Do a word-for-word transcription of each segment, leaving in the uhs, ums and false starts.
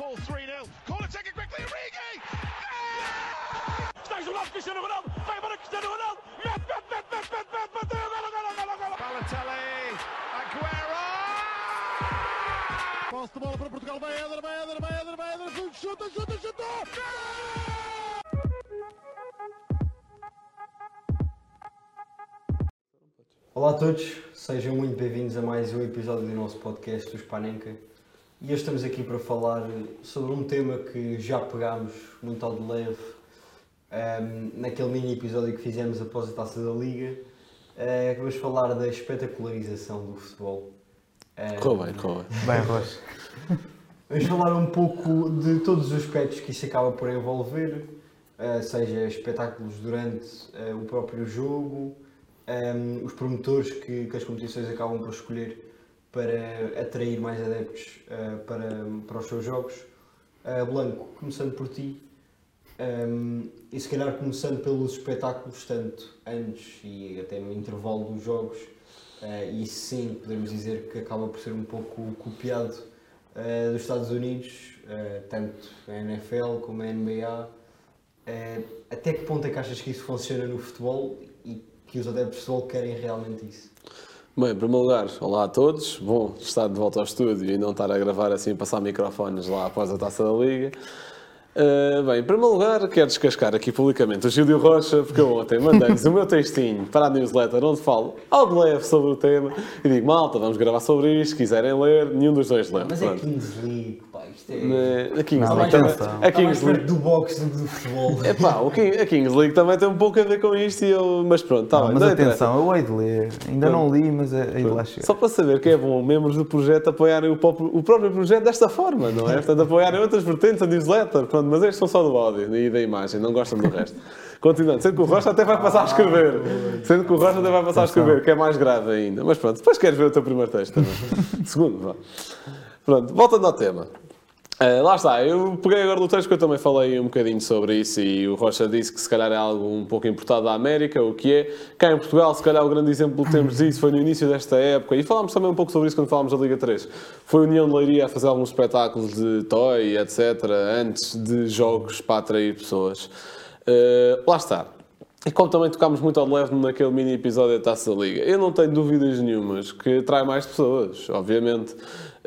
Liverpool three nil. Corner taken quickly, Origi! Está jogado Cristiano Ronaldo, vai embora Cristiano Ronaldo, mete, mete, mete, mete, mete, mete, bateu, golo, golo, golo, golo. Balotelli, Aguero! Posse de bola para Portugal, vai Éder, vai Éder, vai Éder, vai Éder, chuta, chuta, chuta! Olá a todos, sejam muito bem-vindos a mais um episódio do nosso podcast do Spanenka. E hoje estamos aqui para falar sobre um tema que já pegámos muito ao de leve um, naquele mini episódio que fizemos após a Taça da Liga. Uh, vamos falar da espetacularização do futebol. Um, Correu bem, correu bem. Bem, Rocha. Vamos falar um pouco de todos os aspectos que isso acaba por envolver, uh, seja espetáculos durante uh, o próprio jogo, um, os promotores que, que as competições acabam por escolher para atrair mais adeptos uh, para, para os seus jogos. Uh, Blanco, começando por ti, um, e se calhar começando pelos espetáculos, tanto antes e até no intervalo dos jogos, uh, e sim, podemos dizer que acaba por ser um pouco copiado uh, dos Estados Unidos, uh, tanto a N F L como a N B A. Uh, até que ponto é que achas que isso funciona no futebol e que os adeptos de futebol querem realmente isso? Bem, em primeiro lugar, olá a todos. Bom estar de volta ao estúdio e não estar a gravar assim, passar microfones lá após a Taça da Liga. Uh, bem, em primeiro lugar, quero descascar aqui publicamente o Gílio Rocha, porque eu ontem mandei-lhes o meu textinho para a newsletter onde falo ao de leve sobre o tema e digo, malta, vamos gravar sobre isto, se quiserem ler, nenhum dos dois lê. Mas é Kings League, pá, isto é... A Kings Não, League não, também, não. a Kings Está mais League, perto do boxe do que do futebol. é pá, o King, a Kings League também tem um pouco a ver com isto, e eu, mas pronto, está Não, bem. mas não atenção, eu hei de ler. Ainda não li, mas hei de lá chegar. Só para saber que é bom membros do projeto apoiarem o próprio, o próprio projeto desta forma, não é? Portanto, apoiarem outras vertentes, a newsletter, pronto, mas estes são só do áudio e da imagem, não gostam do resto. Continuando, sendo que o Rocha até vai passar a escrever, sendo que o Rocha até vai passar a escrever, que é mais grave ainda. Mas pronto, depois queres ver o teu primeiro texto também. Segundo, vá. Pronto, voltando ao tema. Uh, lá está, eu peguei agora do texto que eu também falei um bocadinho sobre isso e o Rocha disse que se calhar é algo um pouco importado da América, o que é. Cá em Portugal, se calhar o grande exemplo que temos disso foi no início desta época, e falámos também um pouco sobre isso quando falámos da Liga três. Foi a União de Leiria a fazer alguns espetáculos de toy, etcétera, antes de jogos para atrair pessoas. Uh, lá está. E como também tocámos muito ao de leve naquele mini episódio da Taça da Liga, eu não tenho dúvidas nenhumas que atrai mais pessoas, obviamente.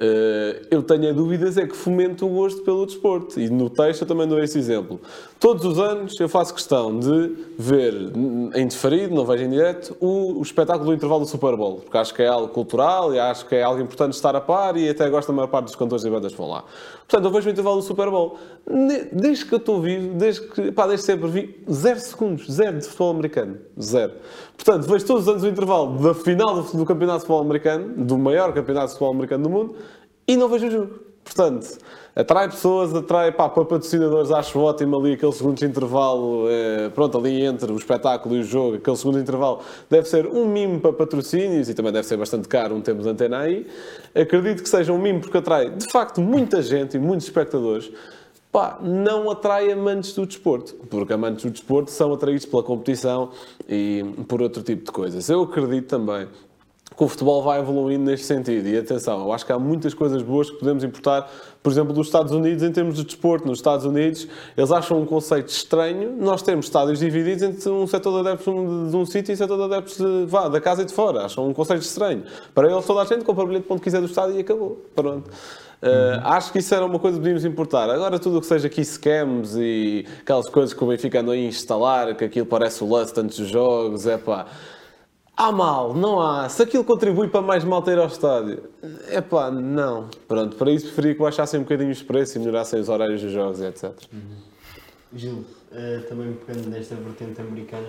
Uh, eu tenho dúvidas é que fomento o gosto pelo desporto. E no texto eu também dou esse exemplo. Todos os anos eu faço questão de ver em diferido, não vejo em direto, o, o espetáculo do intervalo do Super Bowl. Porque acho que é algo cultural e acho que é algo importante estar a par e até gosto da maior parte dos cantores e bandas que vão lá. Portanto, eu vejo o intervalo do Super Bowl. Desde que eu estou vivo, desde que, pá, desde sempre vi, zero segundos, zero de futebol americano. Zero. Portanto, vejo todos os anos o intervalo da final do, do campeonato de futebol americano, do maior campeonato de futebol americano do mundo, e não vejo o jogo. Portanto, atrai pessoas, atrai, pá, para patrocinadores, acho ótimo ali aquele segundo de intervalo, é, pronto, ali entre o espetáculo e o jogo, aquele segundo de intervalo deve ser um mimo para patrocínios e também deve ser bastante caro um tempo de antena aí. Acredito que seja um mimo porque atrai, de facto, muita gente e muitos espectadores. Pá, não atrai amantes do desporto, porque amantes do desporto são atraídos pela competição e por outro tipo de coisas. Eu acredito também que o futebol vai evoluindo neste sentido. E atenção, eu acho que há muitas coisas boas que podemos importar, por exemplo, dos Estados Unidos em termos de desporto. Nos Estados Unidos, eles acham um conceito estranho. Nós temos estádios divididos entre um setor de adeptos de um sítio e um setor de adeptos de, vá, da casa e de fora. Acham um conceito estranho. Para eles, toda a gente compra o bilhete para onde quiser do estádio e acabou. Pronto. Uh, uhum. Acho que isso era uma coisa que podíamos importar. Agora, tudo o que seja aqui scams e aquelas coisas que o Benfica andou a instalar, que aquilo parece o Lust antes dos jogos, é pá. Há mal, não há. Se aquilo contribui para mais malta ir ao estádio, é pá, não. Pronto, para isso preferia que baixassem um bocadinho os preços e melhorassem os horários dos jogos, etcétera. Uhum. Gil, uh, também pegando nesta vertente americana,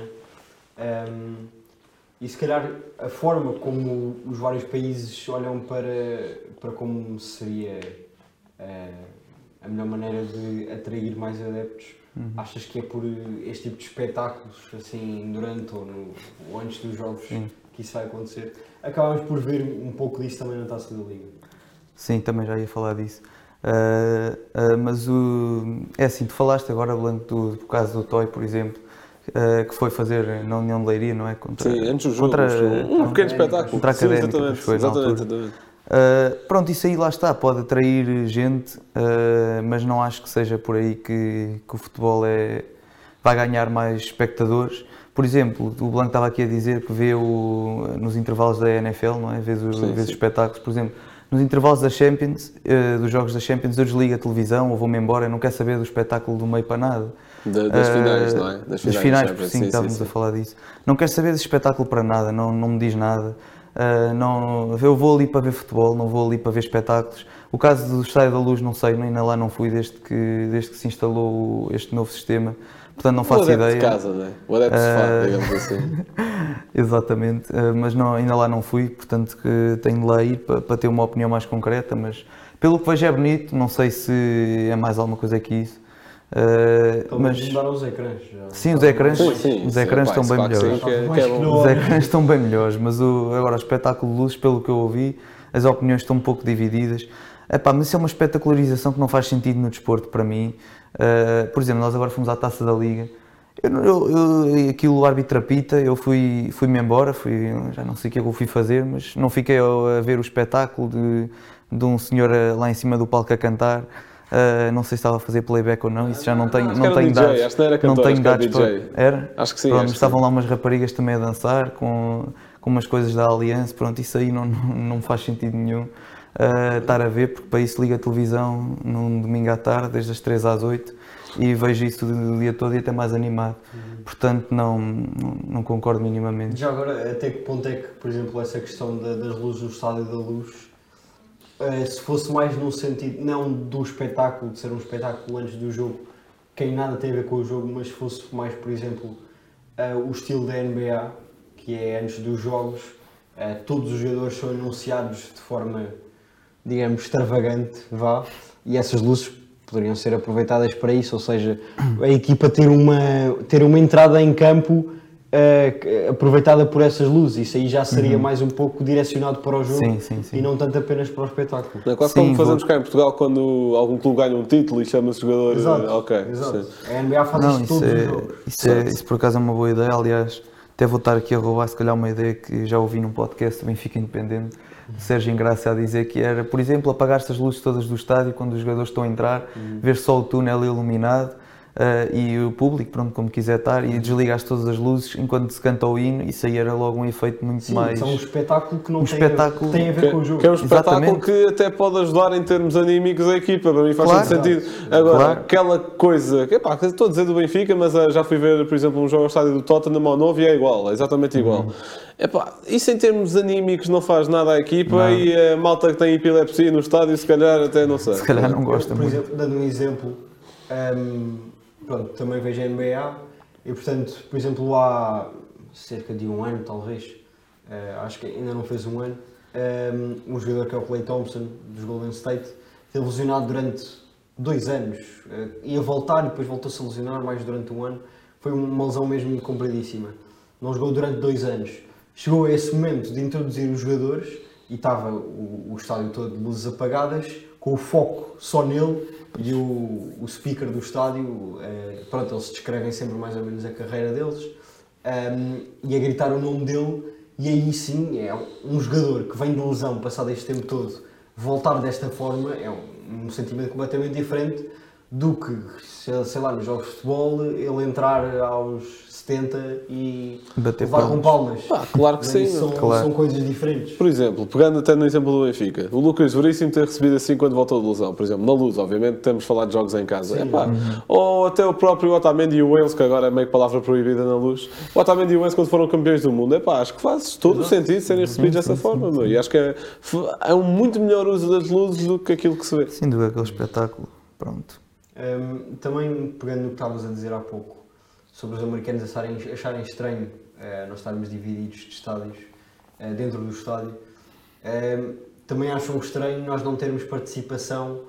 um, e se calhar a forma como os vários países olham para, para como seria uh, a melhor maneira de atrair mais adeptos. Uhum. Achas que é por este tipo de espetáculos, assim, durante ou, no, ou antes dos jogos, Sim. que isso vai acontecer? Acabámos por ver um pouco disso também na Taça da Liga. Sim, também já ia falar disso. Uh, uh, mas o, é assim, tu falaste agora, Blanco, do, do caso do Toy, por exemplo, uh, que foi fazer na União de Leiria, não é? Contra, Sim, antes do jogo, contra, um, um pequeno espetáculo. Contra a Académica, Sim, exatamente, foi, exatamente, exatamente. Uh, pronto, isso aí lá está, pode atrair gente, uh, mas não acho que seja por aí que, que o futebol é, vai ganhar mais espectadores. Por exemplo, o Blanco estava aqui a dizer que vê o, nos intervalos da N F L, não é? Vê os, Sim, vê os sim. espetáculos, por exemplo, nos intervalos da Champions, uh, dos jogos da Champions, eu desligo a televisão ou vou-me embora, eu não quero saber do espetáculo do meio para nada. Da- das finais, Uh, não é? Das finais, da Champions, sim, estávamos sim. a falar disso. Não quero saber desse espetáculo para nada, não, não me diz nada. Uh, não, eu vou ali para ver futebol, não vou ali para ver espetáculos. O caso do Estádio da Luz, não sei, ainda lá não fui desde que, desde que se instalou este novo sistema, portanto não faço o adepto ideia. de casa, não é? O adepto de sofá, Uh, digamos assim. Exatamente, uh, mas não, ainda lá não fui, portanto que tenho de lá ir para, para ter uma opinião mais concreta, mas pelo que vejo é bonito, não sei se é mais alguma coisa que isso. Uh, Então, mas mudaram os ecrãs. Já. sim, os ecrãs, Sim, sim, os sim, ecrãs pá, estão isso bem claro que melhores. sim, que é- Mais que é que bom. não. Os ecrãs estão bem melhores, mas o, agora o espetáculo de luzes, pelo que eu ouvi, as opiniões estão um pouco divididas. Epá, mas isso é uma espetacularização que não faz sentido no desporto para mim. Uh, por exemplo, nós agora fomos à Taça da Liga. Eu, eu, eu, aquilo o árbitro apita, eu fui, fui-me embora, fui, já não sei o que é que eu fui fazer, mas não fiquei a, a ver o espetáculo de, de um senhor lá em cima do palco a cantar. Uh, não sei se estava a fazer playback ou não, isso já não tenho, Acho que não era tenho D J, dados. acho que não era cantor, não tenho acho que era dados D J. para... Era? Acho que sim, Pronto, acho que estavam sim. lá umas raparigas também a dançar com, com umas coisas da Aliança, pronto, isso aí não, não, não faz sentido nenhum uh, estar a ver, porque para isso ligo a televisão num domingo à tarde, desde as três às oito, e vejo isso o dia todo e até mais animado. Portanto, não, não, não concordo minimamente. Já agora, até que ponto é que, por exemplo, essa questão da- das luzes do Estádio da Luz, eh, se fosse mais num sentido, não do espetáculo, de ser um espetáculo antes do jogo, que em nada tem a ver com o jogo, mas se fosse mais, por exemplo, eh, o estilo da N B A, que é antes dos jogos, eh, todos os jogadores são anunciados de forma, digamos, extravagante, vá, e essas luzes poderiam ser aproveitadas para isso, ou seja, a equipa ter uma, ter uma entrada em campo uh, aproveitada por essas luzes, isso aí já seria Uhum. mais um pouco direcionado para o jogo Sim, sim, sim. e não tanto apenas para o espetáculo. Não é quase Sim, como fazemos vou- cá em Portugal quando algum clube ganha um título e chama-se jogador. Exato, eh, ok, exato. sim. A N B A faz Não, isso isso, todos os é, jogos. isso, é, Certo. isso por acaso é uma boa ideia, aliás, até vou estar aqui a roubar se calhar uma ideia que já ouvi num podcast do Benfica Independente, o Sérgio Ingrácia a dizer que era, por exemplo, apagar-se as luzes todas do estádio quando os jogadores estão a entrar, ver só o túnel iluminado uh, e o público, pronto, como quiser estar, e desligar todas as luzes enquanto se canta o hino, isso aí era logo um efeito muito Sim, mais... é um espetáculo que não um tem, espetáculo a, tem a ver Que, com o jogo. que é um espetáculo Exatamente. que até pode ajudar em termos anímicos a equipa, para mim faz Claro. todo sentido. Agora, Claro. aquela coisa, que, epá, que estou a dizer do Benfica, mas ah, já fui ver, por exemplo, um jogo ao estádio do Tottenham ao novo e é igual, é exatamente igual. Uhum. Epá, isso em termos anímicos não faz nada à equipa Não. e a malta que tem epilepsia no estádio, se calhar até não sei. Se calhar não Eu, gosta por muito. exemplo, dando um exemplo, hum, pronto, também vejo a N B A e, portanto, por exemplo, há cerca de um ano, talvez, eh, acho que ainda não fez um ano, um, um jogador que é o Klay Thompson, dos Golden State, teve lesionado durante dois anos, eh, ia voltar e depois voltou-se a lesionar mais durante um ano, foi uma lesão mesmo compridíssima, não jogou durante dois anos. Chegou a esse momento de introduzir os jogadores e estava o, o estádio todo de luzes apagadas, com o foco só nele e o, o speaker do estádio, eh, pronto, eles descrevem sempre mais ou menos a carreira deles, um, e a gritar o nome dele, e aí sim é um jogador que vem de lesão, passado este tempo todo, voltar desta forma é um, um sentimento completamente diferente do que, sei, sei lá, nos jogos de futebol, ele entrar aos setenta e Bater levar com palmas. Pá, claro que sim, São, claro. são coisas diferentes. Por exemplo, pegando até no exemplo do Benfica, o Lucas Veríssimo ter recebido assim quando voltou de lesão, por exemplo, na Luz, obviamente, temos falado de jogos em casa. Sim. Epá, ou até o próprio Otamendi e o Wales, que agora é meio que palavra proibida na Luz. O Otamendi e o Wales, quando foram campeões do mundo, epá, acho que faz todo o sentido serem recebidos dessa forma, meu. E acho que é, é um muito melhor uso das luzes do que aquilo que se vê. Sim, do aquele espetáculo, pronto. Um, também pegando no que estavas a dizer há pouco, sobre os americanos acharem, acharem estranho uh, nós estarmos divididos de estádios uh, dentro do estádio, um, também acham estranho nós não termos participação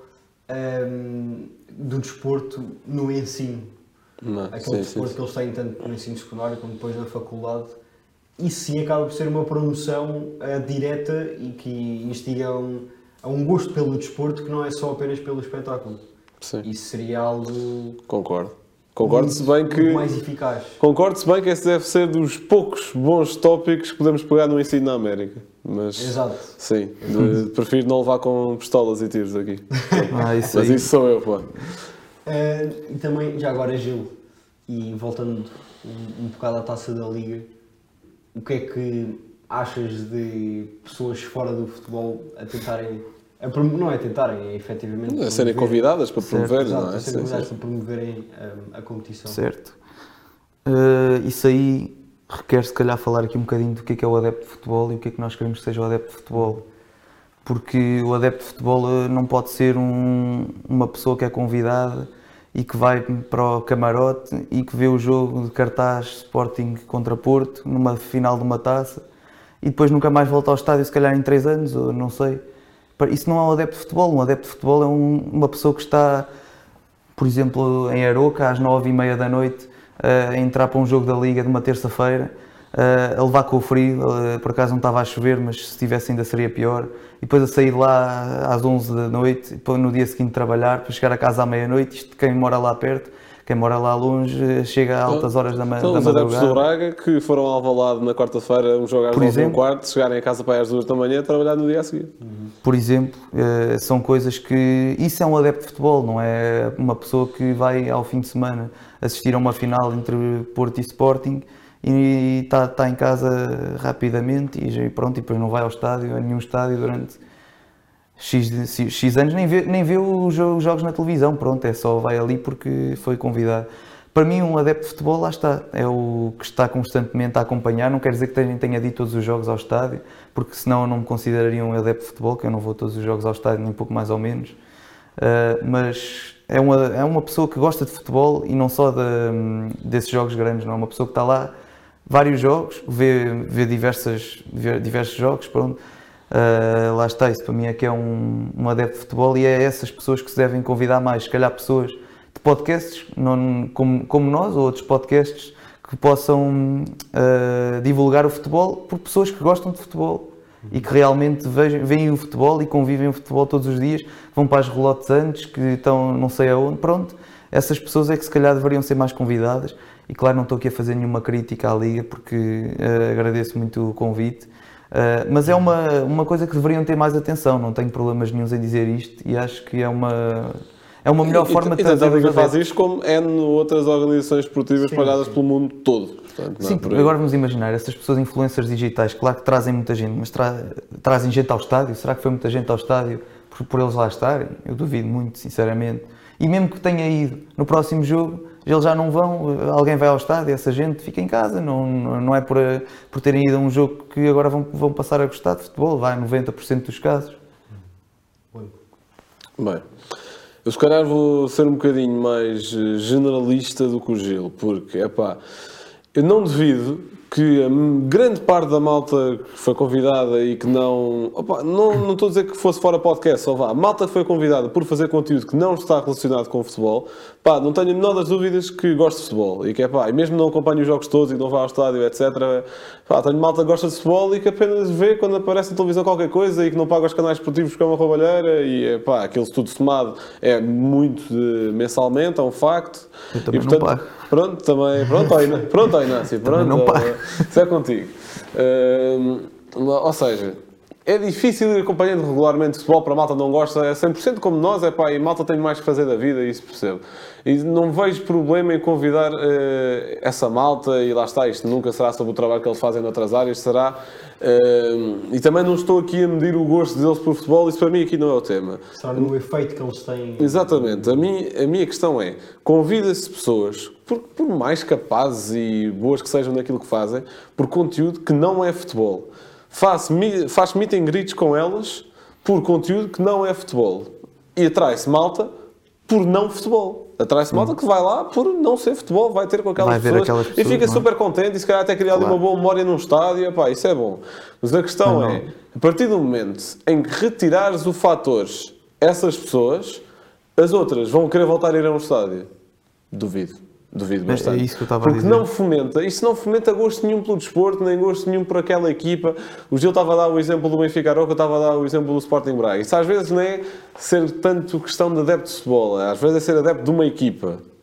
um, do desporto no ensino. Não, Aquele sim, sim, desporto sim. que eles têm tanto no ensino secundário como depois na faculdade. Isso sim acaba por ser uma promoção uh, direta e que instiga a um, a um gosto pelo desporto que não é só apenas pelo espetáculo. Sim, Isso seria algo concordo. Concordo-se bem muito que... mais eficaz. Concordo-se bem que esse deve ser dos poucos bons tópicos que podemos pegar no ensino na América. Mas, Exato. sim, de, prefiro não levar com pistolas e tiros aqui. Ah, isso Mas aí. isso sou eu, pô. Uh, e também, já agora, Gil, e voltando um, um bocado à Taça da Liga, o que é que achas de pessoas fora do futebol a tentarem, a prom- não é tentarem, é efetivamente A serem promover- convidadas para Certo, promover, Exato, não é? a serem Sim, convidadas sim. para promoverem um, a competição. Certo. Uh, isso aí requer se calhar falar aqui um bocadinho do que é que é o adepto de futebol e o que é que nós queremos que seja o adepto de futebol. Porque o adepto de futebol uh, não pode ser um, uma pessoa que é convidada e que vai para o camarote e que vê o jogo de cartaz Sporting contra Porto numa final de uma taça e depois nunca mais volta ao estádio, se calhar em três anos, ou não sei. Isso não é um adepto de futebol. Um adepto de futebol é um, uma pessoa que está, por exemplo, em Aroca, às nove e meia da noite, a entrar para um jogo da Liga de uma terça-feira, a levar com o frio, por acaso não estava a chover, mas se estivesse ainda seria pior, e depois a sair de lá às onze da noite, e depois no dia seguinte trabalhar, para chegar a casa à meia-noite. Isto quem mora lá perto, quem mora lá longe, chega a altas horas da, ma Então, da os adeptos do madrugada. Braga que foram ao Alvalade na quarta-feira, um jogo às Por nove e um exemplo. quarto, chegarem a casa para aí às duas da manhã, trabalhar no dia a seguir. Por exemplo, eh, são coisas que... Isso é um adepto de futebol, não é uma pessoa que vai ao fim de semana assistir a uma final entre Porto e Sporting e está, está em casa rapidamente e pronto, e depois não vai ao estádio, a nenhum estádio durante X, de- X anos, nem vê, nem vê os jo- os jogos na televisão, pronto, é só vai ali porque foi convidado. Para mim, um adepto de futebol, lá está, é o que está constantemente a acompanhar. Não quer dizer que tenha, tenha de ir todos os jogos ao estádio, porque senão eu não me consideraria um adepto de futebol, que eu não vou todos os jogos ao estádio, nem pouco mais ou menos. Uh, mas é uma, é uma pessoa que gosta de futebol e não só de, desses jogos grandes, não é uma pessoa que está lá vários jogos, vê, vê, diversas, vê diversos jogos, pronto. Uh, lá está, isso para mim é que é um, um adepto de futebol e é essas pessoas que se devem convidar mais, se calhar pessoas de podcasts, não, como, como nós, ou outros podcasts que possam uh, divulgar o futebol por pessoas que gostam de futebol e que realmente vejam, veem o futebol e convivem o futebol todos os dias, que vão para as relotes antes, que estão não sei aonde, pronto. Essas pessoas é que se calhar deveriam ser mais convidadas e claro, não estou aqui a fazer nenhuma crítica à Liga porque uh, agradeço muito o convite, uh, mas é uma, uma coisa que deveriam ter mais atenção, não tenho problemas nenhuns em dizer isto e acho que é uma... É uma melhor E- forma e, de e trazer a Liga os faz adeptos. isto como N outras organizações esportivas Sim, espalhadas sim. pelo mundo todo. Portanto, não é Sim, por aí. agora vamos imaginar, essas pessoas influencers digitais, claro que trazem muita gente, mas tra trazem gente ao estádio? Será que foi muita gente ao estádio por, por eles lá estarem? Eu duvido muito, sinceramente. E mesmo que tenha ido no próximo jogo, eles já não vão, alguém vai ao estádio, essa gente fica em casa, não, não é por, por terem ido a um jogo que agora vão, vão passar a gostar de futebol, vai noventa por cento dos casos. Bem, eu se calhar vou ser um bocadinho mais eh, generalista do que o Gil, porque, epá, eu não duvido que a m- grande parte da malta que foi convidada e que não... Opa, não, não estou a dizer que fosse fora podcast, só vá. A malta que foi convidada por fazer conteúdo que não está relacionado com o futebol, pá, não tenho a menor das dúvidas que gosto de futebol e que, epá, e mesmo não acompanho os jogos todos e não vá ao estádio, etcétera. Pá, tenho malta que gosta de futebol e que apenas vê quando aparece na televisão qualquer coisa e que não paga os canais esportivos porque é uma roubalheira e, epá, aquele tudo somado é muito de, mensalmente, é um facto. Eu também e, não pago. Pronto, também, pronto, ó, Iná- pronto, ó, Inácio, pronto, não ó, pago. isso é contigo. Hum, ou seja, é difícil ir acompanhando regularmente futebol para a malta não gosta, é cem por cento como nós, é pá, e a malta tem mais que fazer da vida, isso percebo. E não vejo problema em convidar eh, essa malta, e lá está, isto nunca será sobre o trabalho que eles fazem noutras áreas, será. eh, e também não estou aqui a medir o gosto deles por futebol, isso para mim aqui não é o tema. Só no efeito que eles têm. Exatamente. A minha, a minha questão é, convida-se pessoas, por, por mais capazes e boas que sejam naquilo que fazem, por conteúdo que não é futebol. Faz, mi- faz meet and greets com elas por conteúdo que não é futebol. E atrai-se malta por não futebol. Atrai-se malta que vai lá por não ser futebol, vai ter com aquelas Vai ver pessoas, aquelas e pessoas, fica não é? super contente e se calhar até criar ali Claro. uma boa memória num estádio, epá, isso é bom. Mas a questão Não, é, não. a partir do momento em que retirares o fator essas pessoas, as outras vão querer voltar a ir a um estádio? Duvido. Duvido É- bastante. é isso que eu estava a Porque dizer. não fomenta, isso não fomenta gosto nenhum pelo desporto, nem gosto nenhum por aquela equipa. O Gil estava a dar o exemplo do Benfica Aroca, eu estava a dar o exemplo do Sporting Braga. Isso às vezes não é ser tanto questão de adepto de futebol, às vezes é ser adepto de uma equipa.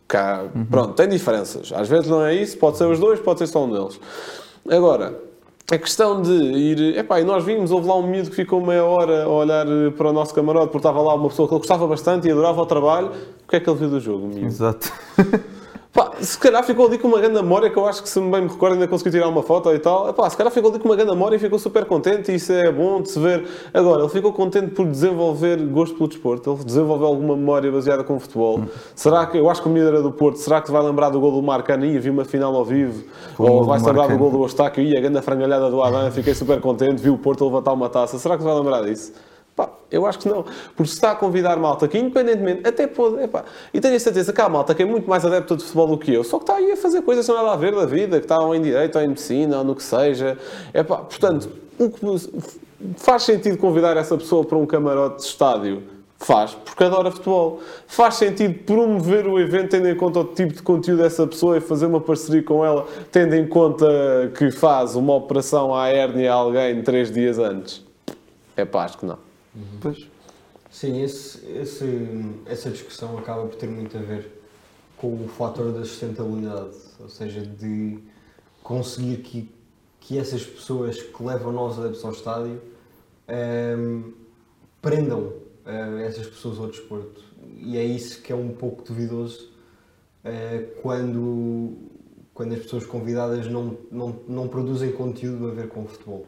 Cá, pronto, tem diferenças. Às vezes não é isso, pode ser os dois, pode ser só um deles. Agora, a questão de ir... Epá, e nós vimos, houve lá um miúdo que ficou meia hora a olhar para o nosso camarote porque estava lá uma pessoa que ele gostava bastante e adorava o trabalho. O que é que ele viu do jogo, miúdo? Exato. Pá, se calhar ficou ali com uma grande memória, que eu acho que, se bem me recordo, ainda consegui tirar uma foto e tal. Epá, se calhar ficou ali com uma grande memória e ficou super contente, e isso é bom de se ver. Agora, ele ficou contente por desenvolver gosto pelo desporto, ele desenvolveu alguma memória baseada com o futebol. Hum. Será que, eu acho que o miúdo era do Porto, será que te vai lembrar do gol do Marcano? Ia, vi uma final ao vivo, o ou vai-se lembrar do gol do Eustáquio, ia, a grande frangalhada do Adam, fiquei super contente, vi o Porto levantar uma taça. Será que te vai lembrar disso? Pá, eu acho que não. Porque se está a convidar malta que, independentemente, até pode... Epá, e tenho a certeza que há malta que é muito mais adepta de futebol do que eu, só que está aí a fazer coisas sem nada a ver da vida, que está ou em direito, ou em medicina, ou no que seja. Epá, portanto, o que faz sentido convidar essa pessoa para um camarote de estádio? Faz, porque adora futebol. Faz sentido promover o evento tendo em conta o tipo de conteúdo dessa pessoa e fazer uma parceria com ela, tendo em conta que faz uma operação à hérnia a alguém três dias antes? É pá, acho que não. Uhum. Pois. Sim, esse, esse, essa discussão acaba por ter muito a ver com o fator da sustentabilidade, ou seja, de conseguir que, que essas pessoas que levam nós adeptos ao estádio um, prendam uh, essas pessoas ao desporto. E é isso que é um pouco duvidoso uh, quando, quando as pessoas convidadas não, não, não produzem conteúdo a ver com o futebol.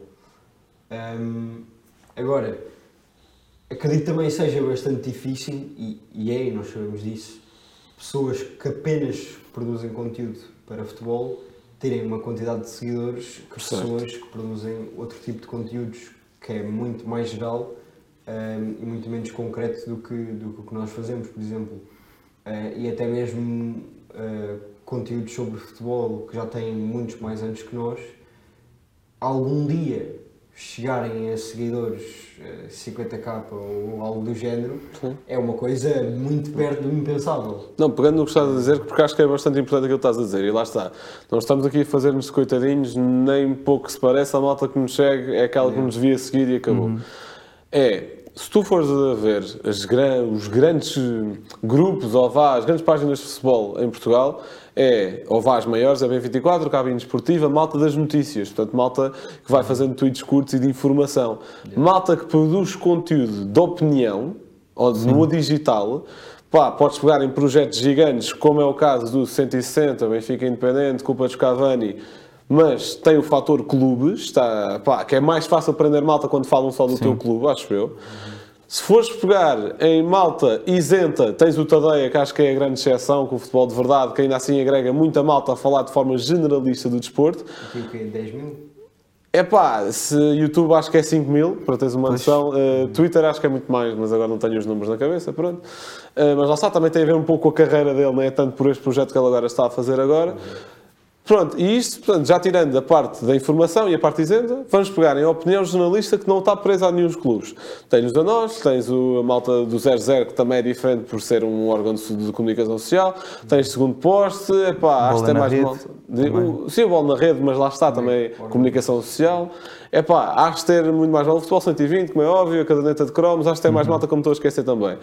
Um, agora, acredito também seja bastante difícil, e, e é, nós sabemos disso, pessoas que apenas produzem conteúdo para futebol terem uma quantidade de seguidores que pessoas que produzem outro tipo de conteúdos que é muito mais geral um, e muito menos concreto do que, do que o que nós fazemos, por exemplo. Uh, e até mesmo uh, conteúdos sobre futebol que já têm muitos mais anos que nós, algum dia chegarem a seguidores cinquenta k ou algo do género, sim, é uma coisa muito perto do impensável. Não, pegando no que estás a dizer, porque acho que é bastante importante aquilo que estás a dizer, e lá está. Não estamos aqui a fazer-nos coitadinhos, nem pouco se parece, a malta que nos segue é aquela é. que nos devia seguir e acabou. Uhum. É, se tu fores a ver as, os grandes grupos, ou vá, as grandes páginas de futebol em Portugal, é, ou vá às maiores, é B vinte e quatro, Cabine Desportiva, malta das notícias, portanto, malta que vai fazendo tweets curtos e de informação. Yeah. Malta que produz conteúdo de opinião, ou de, no digital, pá, podes pegar em projetos gigantes, como é o caso do cento e sessenta, Benfica Independente, Culpa dos Cavani, mas tem o fator clube, está, pá, que é mais fácil aprender malta quando falam só do Sim. teu clube, acho eu. Uhum. Se fores pegar em malta isenta, tens o Tadeia, que acho que é a grande exceção, com o futebol de verdade, que ainda assim agrega muita malta a falar de forma generalista do desporto. Aqui o quê? dez mil? É pá, se YouTube acho que é cinco mil, para teres uma noção. Uh, Twitter acho que é muito mais, mas agora não tenho os números na cabeça, pronto. Uh, mas lá está, também tem a ver um pouco com a carreira dele, não é tanto por este projeto que ele agora está a fazer agora. Pronto, e isto, portanto, já tirando a parte da informação e a parte isenta, vamos pegar em opinião jornalista que não está presa a nenhum dos clubes. Tens-nos a nós, tens o, a malta do zero zero, que também é diferente por ser um órgão de, de comunicação social, tens segundo poste, epá, acho que tem mais malta. De, o, sim, o bola na rede, mas lá está também, também comunicação social. Epá, acho que ter muito mais malta. O futebol cento e vinte, como é óbvio, a caderneta de cromos, acho que tem mais malta, como estou a esquecer também.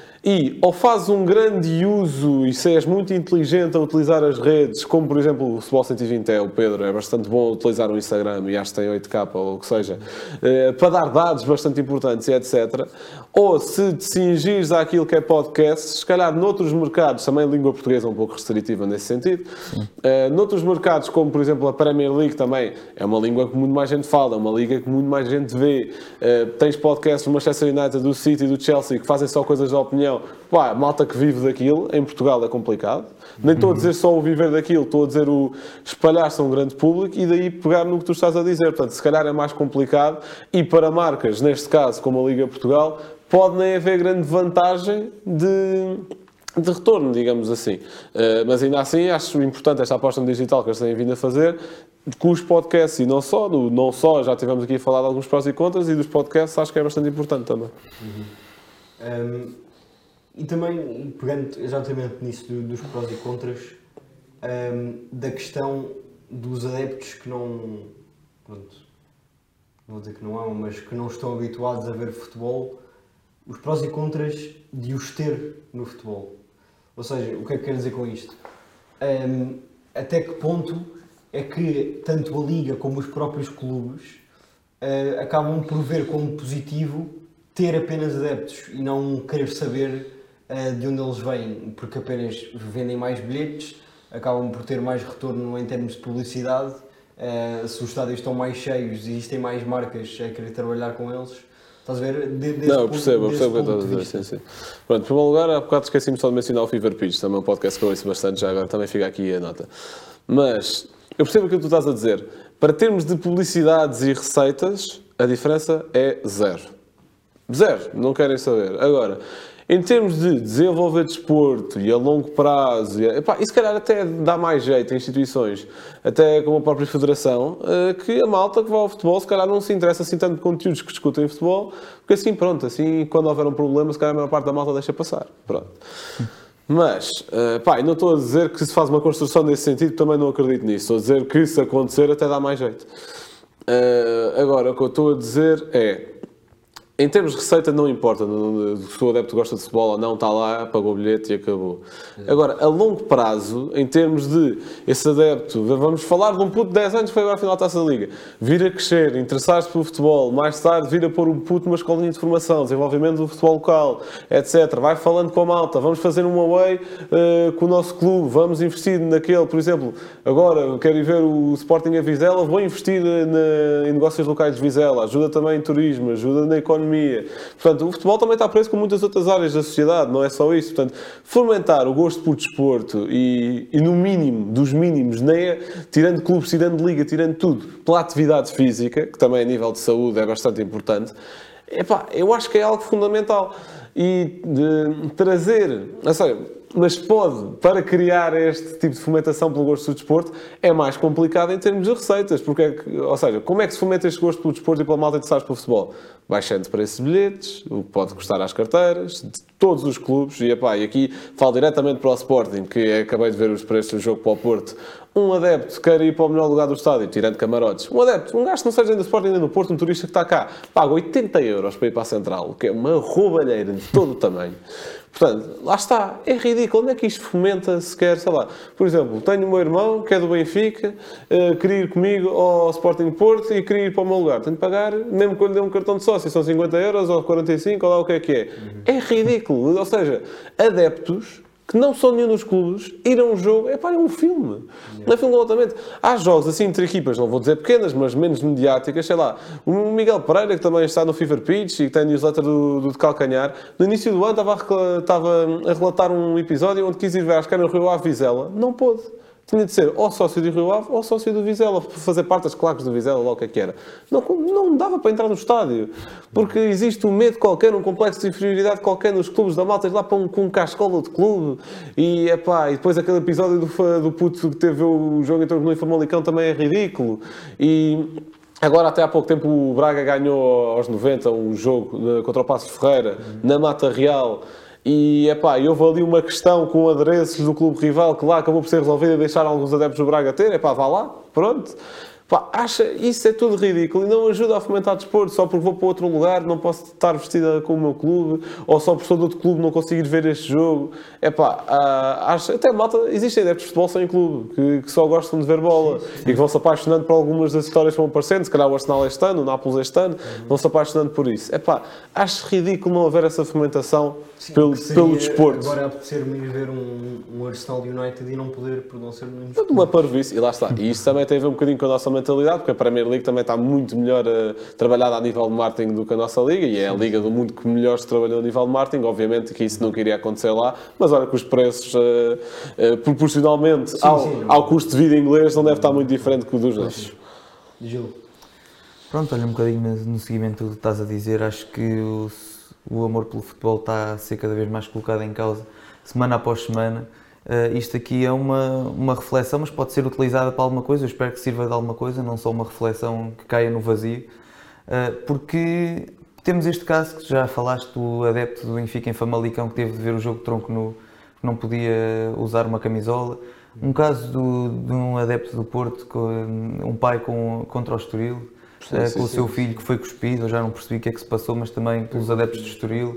E ou fazes um grande uso e se és muito inteligente a utilizar as redes, como por exemplo o Futebol cento e vinte é, o Pedro é bastante bom a utilizar o Instagram e acho que tem oito K ou o que seja, eh, para dar dados bastante importantes e etcétera. Ou se te cingires àquilo que é podcast, se calhar noutros mercados, também a língua portuguesa é um pouco restritiva nesse sentido, eh, noutros mercados como por exemplo a Premier League também é uma língua que muito mais gente fala, é uma liga que muito mais gente vê. Eh, tens podcasts do Manchester United, do City e do Chelsea que fazem só coisas de opinião. Pá, malta que vive daquilo, em Portugal é complicado. Nem estou a dizer só o viver daquilo, estou a dizer o espalhar-se a um grande público e daí pegar no que tu estás a dizer. Portanto, se calhar é mais complicado e para marcas, neste caso, como a Liga Portugal, pode nem haver grande vantagem de, de retorno, digamos assim. Uh, mas ainda assim, acho importante esta aposta no digital que eles têm vindo a fazer, com os podcasts e não só, do, não só, já tivemos aqui a falar de alguns prós e contras e dos podcasts acho que é bastante importante também. Uhum. Um... E também, pegando exatamente nisso do, dos prós e contras, um, da questão dos adeptos que não, pronto, não vou dizer que não amam, mas que não estão habituados a ver futebol, os prós e contras de os ter no futebol. Ou seja, o que é que quero dizer com isto? Um, até que ponto é que tanto a Liga como os próprios clubes uh, acabam por ver como positivo ter apenas adeptos e não querer saber uh, de onde eles vêm, porque apenas vendem mais bilhetes, acabam por ter mais retorno em termos de publicidade. Uh, se os estádios estão mais cheios, existem mais marcas a querer trabalhar com eles. Estás a ver? De, não, eu percebo, eu percebo o que estás a dizer. Sim, sim. Pronto, em primeiro lugar, há bocado esqueci-me só de mencionar o Fever Pitch, também é um podcast que eu ouço bastante, já agora também fica aqui a nota. Mas eu percebo aquilo que tu estás a dizer. Para termos de publicidades e receitas, a diferença é zero. Zero, não querem saber. Agora, em termos de desenvolver desporto e a longo prazo, e, epá, e se calhar até dá mais jeito em instituições, até como a própria Federação, que a malta que vai ao futebol se calhar não se interessa assim tanto de conteúdos que discutem futebol, porque assim, pronto, assim, quando houver um problema, se calhar a maior parte da malta deixa passar. Pronto. Mas, pá, e não estou a dizer que se faz uma construção nesse sentido, também não acredito nisso. Estou a dizer que se acontecer até dá mais jeito. Agora, o que eu estou a dizer é, em termos de receita não importa, se o adepto gosta de futebol ou não, está lá, pagou o bilhete e acabou. Agora, a longo prazo, em termos de esse adepto, vamos falar de um puto de dez anos que foi agora à final da Taça da Liga, vir a crescer, interessar-se pelo futebol, mais tarde vir a pôr um puto numa escolinha de formação, desenvolvimento do futebol local, etcétera. Vai falando com a malta, vamos fazer um away uh, com o nosso clube, vamos investir naquele, por exemplo, agora quero ir ver o Sporting a Vizela, vou investir na, em negócios locais de Vizela, ajuda também em turismo, ajuda na economia. Portanto, o futebol também está preso com muitas outras áreas da sociedade, não é só isso. Portanto, fomentar o gosto por desporto e, e no mínimo, dos mínimos, nem é, tirando clubes, tirando liga, tirando tudo, pela atividade física, que também a nível de saúde é bastante importante, epá, eu acho que é algo fundamental. E de trazer, ou seja, mas pode, para criar este tipo de fomentação pelo gosto do desporto, é mais complicado em termos de receitas, porque é que, ou seja, como é que se fomenta este gosto pelo desporto e pela malta interessados pelo futebol? Baixando preços de bilhetes, o que pode custar às carteiras, de todos os clubes, e, epá, e aqui falo diretamente para o Sporting, que acabei de ver os preços do jogo para o Porto. Um adepto quer ir para o melhor lugar do estádio, tirando camarotes. Um adepto, um gajo que não seja ainda do Sporting, ainda do Porto, um turista que está cá, paga oitenta euros para ir para a Central, o que é uma roubalheira de todo o tamanho. Portanto, lá está, é ridículo. Onde é que isto fomenta sequer, sei lá, por exemplo, tenho o meu irmão que é do Benfica, uh, queria ir comigo ao Sporting Porto e queria ir para o meu lugar. Tenho de pagar, mesmo que eu lhe dê um cartão de sócio, são cinquenta euros ou quarenta e cinco, ou lá o que é que é. Uhum. É ridículo. Ou seja, adeptos que não são nenhum dos clubes, ir a um jogo, é pá, é um filme. Yeah. Não é filme completamente. Há jogos assim entre equipas, não vou dizer pequenas, mas menos mediáticas, sei lá. O Miguel Pereira, que também está no Fever Pitch e que tem a newsletter do, do de Calcanhar, no início do ano estava a, estava a relatar um episódio onde quis ir ver, acho que era no Rio Ave Vizela, não pôde. Tinha de ser ou sócio do Rio Ave ou sócio do Vizela, para fazer parte das claques do Vizela, lá o que é que era. Não, não dava para entrar no estádio, porque existe um medo qualquer, um complexo de inferioridade qualquer nos clubes da malta, lá para um, com um cascola de clube, e, epá, e depois aquele episódio do, do puto que teve o jogo entre o Benfica e o Famalicão também é ridículo. E agora, até há pouco tempo, o Braga ganhou aos noventa um jogo contra o Passos Ferreira, na Mata Real. E, epá, e houve ali uma questão com adereços do clube rival que lá acabou por ser resolvida e deixar alguns adeptos do Braga ter. Epá, vá lá, pronto. Epá, acha, isso é tudo ridículo e não ajuda a fomentar desporto. Só porque vou para outro lugar, não posso estar vestida com o meu clube, ou só por sou de outro clube não conseguir ver este jogo. Epá, ah, acho, até malta, existem adeptos de futebol sem clube, que, que só gostam de ver bola e que vão se apaixonando por algumas das histórias que vão aparecendo. Se calhar o Arsenal este ano, o Nápoles este ano, uhum. vão se apaixonando por isso. Epá, acho ridículo não haver essa fomentação. Sim, pelo, pelo desporto. Agora apetecer-me ir ver um, um Arsenal United e não poder, por não ser menos. É uma parvoíce, e lá está. E isso também tem a ver um bocadinho com a nossa mentalidade, porque a Premier League também está muito melhor uh, trabalhada a nível de marketing do que a nossa liga, e é a liga do mundo que melhor se trabalhou a nível de marketing. Obviamente que isso nunca iria acontecer lá, mas olha que os preços, uh, uh, proporcionalmente sim, ao, sim, ao custo de vida inglês, não deve estar muito diferente que o dos nossos. Gil. Pronto, olha um bocadinho no seguimento do que estás a dizer, acho que o O amor pelo futebol está a ser cada vez mais colocado em causa, semana após semana. Uh, isto aqui é uma, uma reflexão, mas pode ser utilizada para alguma coisa. Eu espero que sirva de alguma coisa, não só uma reflexão que caia no vazio. Uh, porque temos este caso que já falaste do adepto do Benfica em Famalicão que teve de ver o jogo de tronco nu, que não podia usar uma camisola. Um caso do, de um adepto do Porto, com, um pai com, contra o Estoril. Sim, sim, com o seu sim, filho sim. que foi cuspido, eu já não percebi o que é que se passou, mas também pelos adeptos de Estoril.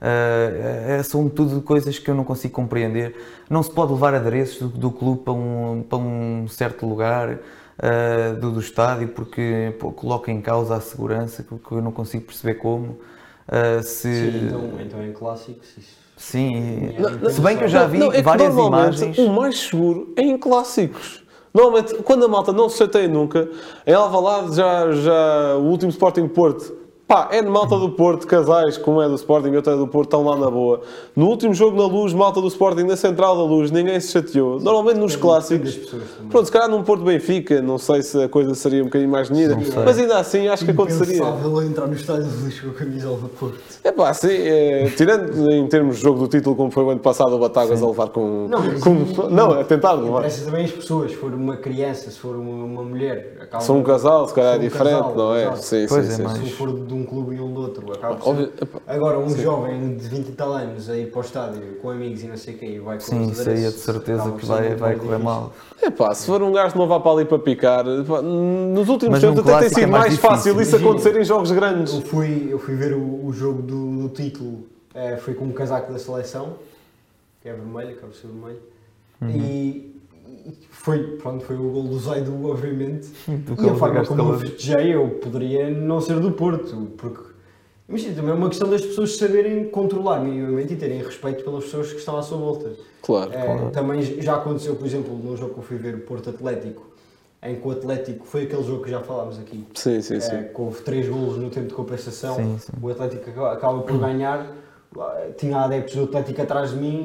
Uh, é, são tudo coisas que eu não consigo compreender. Não se pode levar adereços do, do clube para um, para um certo lugar uh, do, do estádio porque pô, coloca em causa a segurança, que, que eu não consigo perceber como. Uh, se... Sim, então, então em clássicos isso. Sim, Não, não, se bem que eu já vi não, é que várias normalmente imagens. O mais seguro é em clássicos. Normalmente, quando a malta não se chateia nunca, em Alvalade já, já o último Sporting Porto, pá, é de malta do Porto, casais, como é do Sporting e outra é do Porto, estão lá na boa. No último jogo na Luz, malta do Sporting na Central da Luz, ninguém se chateou. Normalmente nos clássicos, pronto, se calhar num Porto Benfica, não sei se a coisa seria um bocadinho mais unida, mas ainda assim acho que aconteceria. Impensável entrar no estádio de Luz com a camisola do Porto. É pá, sim, é, tirando em termos de jogo do título, como foi o ano passado, o Batáguas a levar com... Não, com não, a tentar levar. Interessa também as pessoas, se for uma criança, se for uma, uma mulher... Acaba, Se for um casal, se calhar é se for um diferente, casal, não é? exato. Sim, Pois sim, é, sim. mas- Se for de um clube e um do outro, acaba por Óbvio, ser... epá, Agora, um sim. jovem de vinte e tal anos a ir para o estádio com amigos e não sei o quê e vai com Sim, os isso aí é de adereços, certeza acaba que por ser vai, muito vai mais correr difícil. mal. É pá, se for um gajo que não vá para ali para picar, pá, nos últimos Mas num tempos até tem clássico é sido mais mais difícil. fácil isso Imagina. acontecer em jogos grandes. Eu fui, eu fui ver o, o jogo do, do título, eh, foi com um casaco da seleção, que é vermelho, acaba por ser vermelho, Uhum. e, e foi, pronto, foi o gol do Zaidu, obviamente, Do e a que forma ligaste como eu calor. festejei, eu poderia não ser do Porto, porque, imagina, também é uma questão das pessoas saberem controlar minimamente e terem respeito pelas pessoas que estão à sua volta. Claro. Eh, também já aconteceu, por exemplo, num jogo que eu fui ver, o Porto Atlético, em que o Atlético, foi aquele jogo que já falámos aqui, Sim, sim, sim. eh, que houve três golos no tempo de compensação, Sim, sim. o Atlético acaba- acaba por ganhar, tinha adeptos do Atlético atrás de mim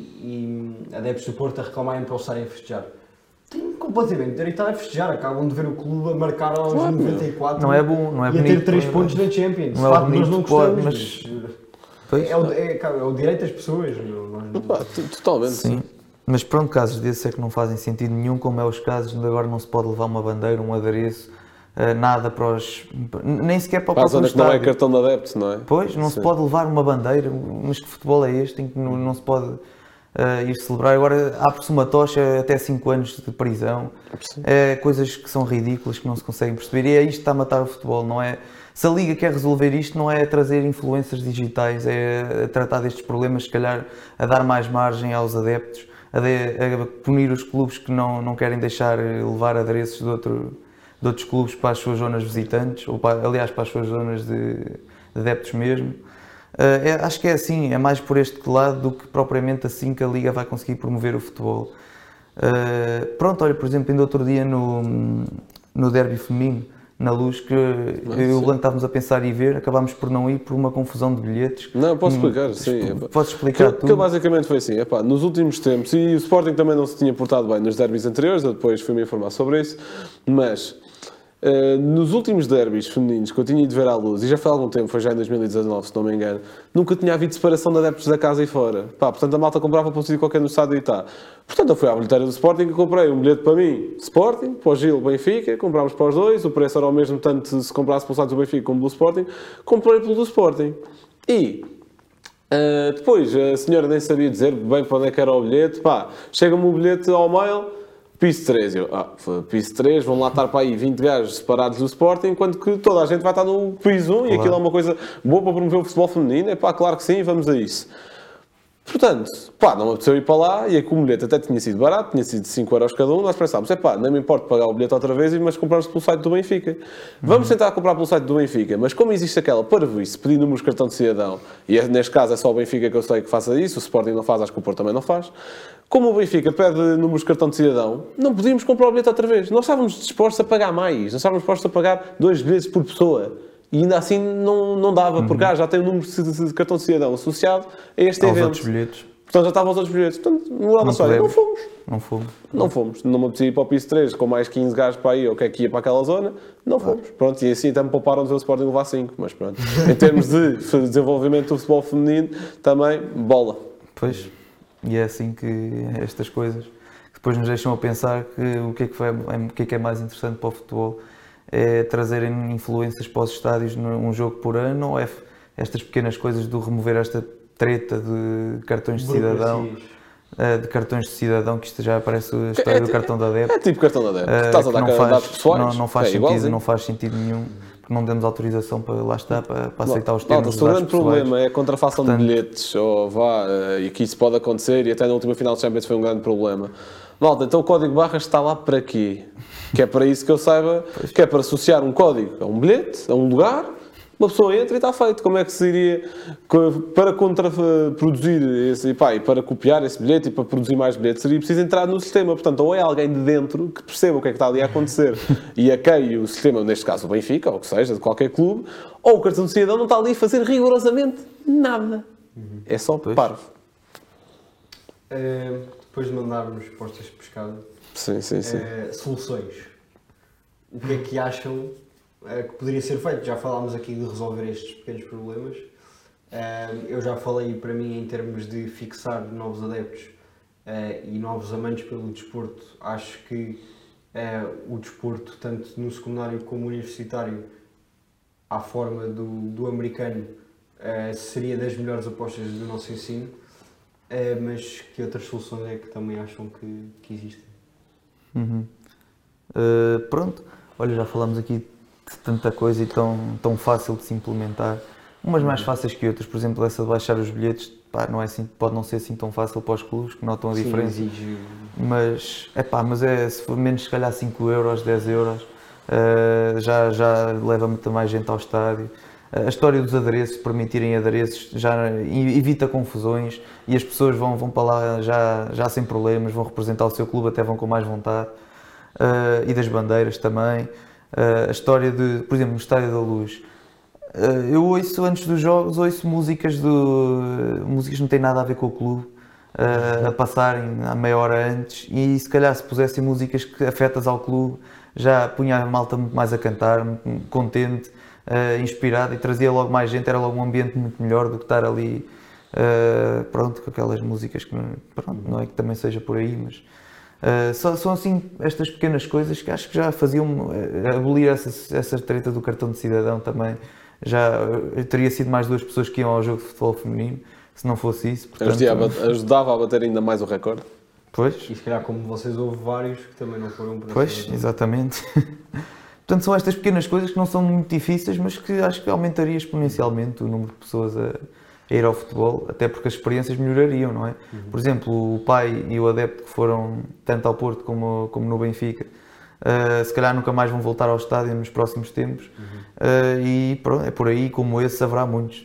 e, e adeptos do Porto a reclamarem para eles estarem a festejar. Têm completamente direito a festejar, acabam de ver o clube a marcar aos Claro, noventa e quatro Não é bom, não é e a ter bonito, três não é- pontos na Champions. não é Claro que bonito nós não que pode, gostamos, mas- mas Pois. é, o, é, cara, é o direito das pessoas. Não, nós não- Pá, t- totalmente. Sim. Mas pronto, casos desses é que não fazem sentido nenhum, como é os casos de agora não se pode levar uma bandeira, um adereço, eh, nada para os... nem sequer para o Para a próprio zona que não é estádio. cartão de adepto, não é? Pois, não Sim. se pode levar uma bandeira, mas que futebol é este em que não, não se pode eh, ir celebrar? Agora abre-se uma tocha até cinco anos de prisão, é, coisas que são ridículas, que não se conseguem perceber, e é isto que está a matar o futebol, não é? Se a Liga quer resolver isto, não é trazer influências digitais, é tratar destes problemas, se calhar a dar mais margem aos adeptos, a, de, a punir os clubes que não, não querem deixar levar adereços de, outro, de outros clubes para as suas zonas visitantes, ou para, aliás para as suas zonas de, de adeptos mesmo. Uh, é, acho que é assim, é mais por este lado do que propriamente assim que a Liga vai conseguir promover o futebol. Uh, pronto, olha, por exemplo, ainda outro dia no, no derby feminino, na Luz, que eu e o Blanco estávamos a pensar em ir ver, acabámos por não ir por uma confusão de bilhetes. Não, posso Hum, explicar, sim. expl- epá. Podes explicar que, tudo? que basicamente foi assim, epá, nos últimos tempos, e o Sporting também não se tinha portado bem nos derbys anteriores, eu depois fui-me informar sobre isso, mas eh, nos últimos derbys femininos que eu tinha ido ver à Luz, e já foi há algum tempo, foi já em dois mil e dezanove, se não me engano, nunca tinha havido separação de adeptos da casa e fora. Pá, portanto, a malta comprava para um sítio qualquer no estado e está. Portanto, eu fui à bilheteira do Sporting e comprei um bilhete para mim, Sporting, para o Gil, Benfica, comprámos para os dois, o preço era o mesmo tanto se comprasse pelo site do Benfica como do Sporting, comprei pelo do Sporting. E Uh, depois, a senhora nem sabia dizer bem para onde é que era o bilhete. Pá, chega-me o bilhete ao mail, piso três. Eu, ah, piso três, vão lá estar para aí vinte gajos separados do Sporting, enquanto que toda a gente vai estar no piso um, claro. E aquilo é uma coisa boa para promover o futebol feminino. É pá, claro que sim, vamos a isso. Portanto, pá, não me apeteceu ir para lá, e aqui o bilhete até tinha sido barato, tinha sido cinco euros cada um, nós pensámos, é pá, não me importa pagar o bilhete outra vez, mas compramos pelo site do Benfica. Vamos tentar comprar pelo site do Benfica, mas como existe aquela parvoíce, pedir números de cartão de cidadão, e é, neste caso é só o Benfica que eu sei que faça isso, o Sporting não faz, acho que o Porto também não faz, como o Benfica pede números de cartão de cidadão, não podíamos comprar o bilhete outra vez. Nós estávamos dispostos a pagar mais, nós estávamos dispostos a pagar dois bilhetes por pessoa. E ainda assim não, não dava, uhum. porque ah, já tem o número de, de cartão de cidadão associado a este aos evento. Outros bilhetes. Portanto, já estavam os outros bilhetes. Portanto, não dava só. Não fomos. Não fomos. Não fomos. Não me apetecia ir para o piso três com mais quinze gajos para aí, ou que é que ia para aquela zona. Não fomos. Pronto, e assim até me pouparam de ver o Sporting levar cinco. Mas pronto. Em termos de desenvolvimento do futebol feminino, também, bola. Pois. E é assim que estas coisas que depois nos deixam a pensar que o que é que, foi, o que é, que é mais interessante para o futebol é trazerem influências para os estádios num jogo por ano, ou é estas pequenas coisas do remover esta treta de cartões de cidadão, de cartões de cidadão, que isto já parece a história é, do cartão de adepto. É tipo cartão de adepto. Uh, Estás a dar não faz, dados pessoais. não, não faz é sentido, não faz sentido nenhum. porque não demos autorização para lá estar, para, para aceitar os Malta, termos se dos o dados grande pessoais. problema é a contrafação Portanto- de bilhetes, ou vá, eh, e que isso pode acontecer, e até na última final de Champions foi um grande problema. Malta, então o código de barras está lá para quê? Que é para isso que eu saiba, que é para associar um código a um bilhete, a um lugar, uma pessoa entra e está feito. Como é que se iria, para contraproduzir esse, e, pá, e para copiar esse bilhete e para produzir mais bilhetes, seria preciso entrar no sistema. Portanto, ou é alguém de dentro que perceba o que é que está ali a acontecer e hackeie o sistema, neste caso o Benfica, ou o que seja, de qualquer clube, ou o cartão de cidadão não está ali a fazer rigorosamente nada. É só parvo. Eh, depois de mandarmos postas de pescado, Sim, sim, sim. eh, soluções. O que é que acham eh, que poderia ser feito? Já falámos aqui de resolver estes pequenos problemas. Eh, eu já falei para mim em termos de fixar novos adeptos eh, e novos amantes pelo desporto. Acho que eh, o desporto, tanto no secundário como universitário, à forma do, do americano, eh, seria das melhores apostas do nosso ensino. Eh, mas que outras soluções é que também acham que, que existem? Uhum. Uh, pronto, olha, já falámos aqui de tanta coisa e tão, tão fácil de se implementar. Umas mais fáceis que outras, por exemplo, essa de baixar os bilhetes, pá, não é assim, pode não ser assim tão fácil para os clubes, que notam a Sim, diferença. exige- Mas, é pá, mas é, se for menos, se calhar cinco euros, dez euros, uh, já, já leva muita mais gente ao estádio. A história dos adereços, permitirem adereços, já evita confusões e as pessoas vão, vão para lá já, já sem problemas, vão representar o seu clube, até vão com mais vontade. Uh, e das bandeiras também. Uh, a história de, por exemplo, no Estádio da Luz. Uh, eu ouço, antes dos jogos, ouço músicas do... Uh, músicas que não têm nada a ver com o clube, uh, a passarem à meia hora antes, e se calhar se pusessem músicas que afetas ao clube, já punha a malta muito mais a cantar, muito contente, uh, inspirada, e trazia logo mais gente, era logo um ambiente muito melhor do que estar ali, uh, pronto, com aquelas músicas que, pronto, não é que também seja por aí, mas... Uh, são, são assim estas pequenas coisas que acho que já faziam uh, abolir essa, essa treta do cartão de cidadão também. Já uh, teria sido mais duas pessoas que iam ao jogo de futebol feminino se não fosse isso. Portanto, Ajudava, ajudava a bater ainda mais o recorde. Pois, E se calhar, como vocês, houve vários que também não foram para pois, essa razão. exatamente. Portanto, são estas pequenas coisas que não são muito difíceis, mas que acho que aumentaria exponencialmente o número de pessoas a, a ir ao futebol, até porque as experiências melhorariam, não é? Uhum. Por exemplo, o pai e o adepto que foram tanto ao Porto como, como no Benfica, uh, se calhar nunca mais vão voltar ao estádio nos próximos tempos, uhum. uh, e pronto, é por aí, como esse, haverá muitos.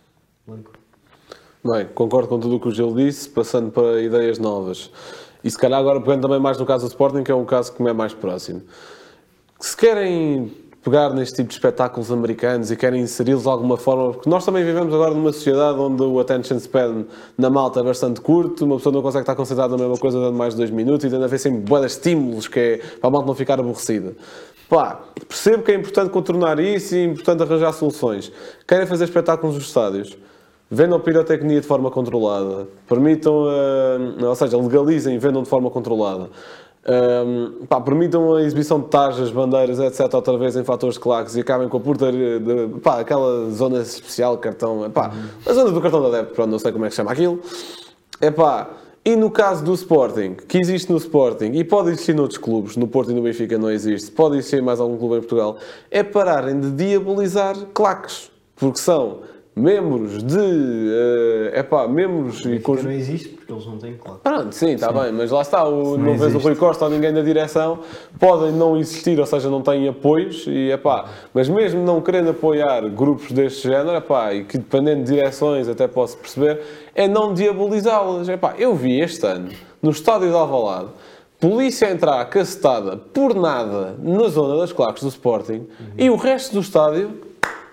Bem, concordo com tudo o que o Gil disse, passando para ideias novas. E se calhar agora pegando também mais no caso do Sporting, que é um caso que me é mais próximo. Se querem pegar neste tipo de espetáculos americanos e querem inseri-los de alguma forma, porque nós também vivemos agora numa sociedade onde o attention span na malta é bastante curto, uma pessoa não consegue estar concentrada na mesma coisa durante mais de dois minutos e tendo a ver sempre bué de estímulos, que é para a malta não ficar aborrecida. Pá, percebo que é importante contornar isso e é importante arranjar soluções. Querem fazer espetáculos nos estádios? Vendam pirotecnia de forma controlada. Permitam, uh, ou seja, legalizem e vendam de forma controlada. Um, pá, permitam a exibição de tarjas, bandeiras, etcétera outra vez em fatores de claques e acabem com a portaria de, pá, aquela zona especial, cartão, pá, a zona do cartão da adepto, pronto, não sei como é que se chama aquilo. É pá, e no caso do Sporting, que existe no Sporting e pode existir noutros clubes, no Porto e no Benfica não existe, pode existir em mais algum clube em Portugal, é pararem de diabolizar claques, porque são membros de... Uh, epá, membros... E e conj... não existe porque eles não têm claro. Pronto, sim, está bem, mas lá está, o, não, não vês o existe. Rui Costa ou ninguém da direção, podem não existir, ou seja, não têm apoios, e, epá, mas mesmo não querendo apoiar grupos deste género, epá, e que dependendo de direções até posso perceber, é não diabolizá-las. Epá, eu vi este ano, no estádio de Alvalade, polícia a entrar cacetada por nada na zona das claques do Sporting, uhum. e o resto do estádio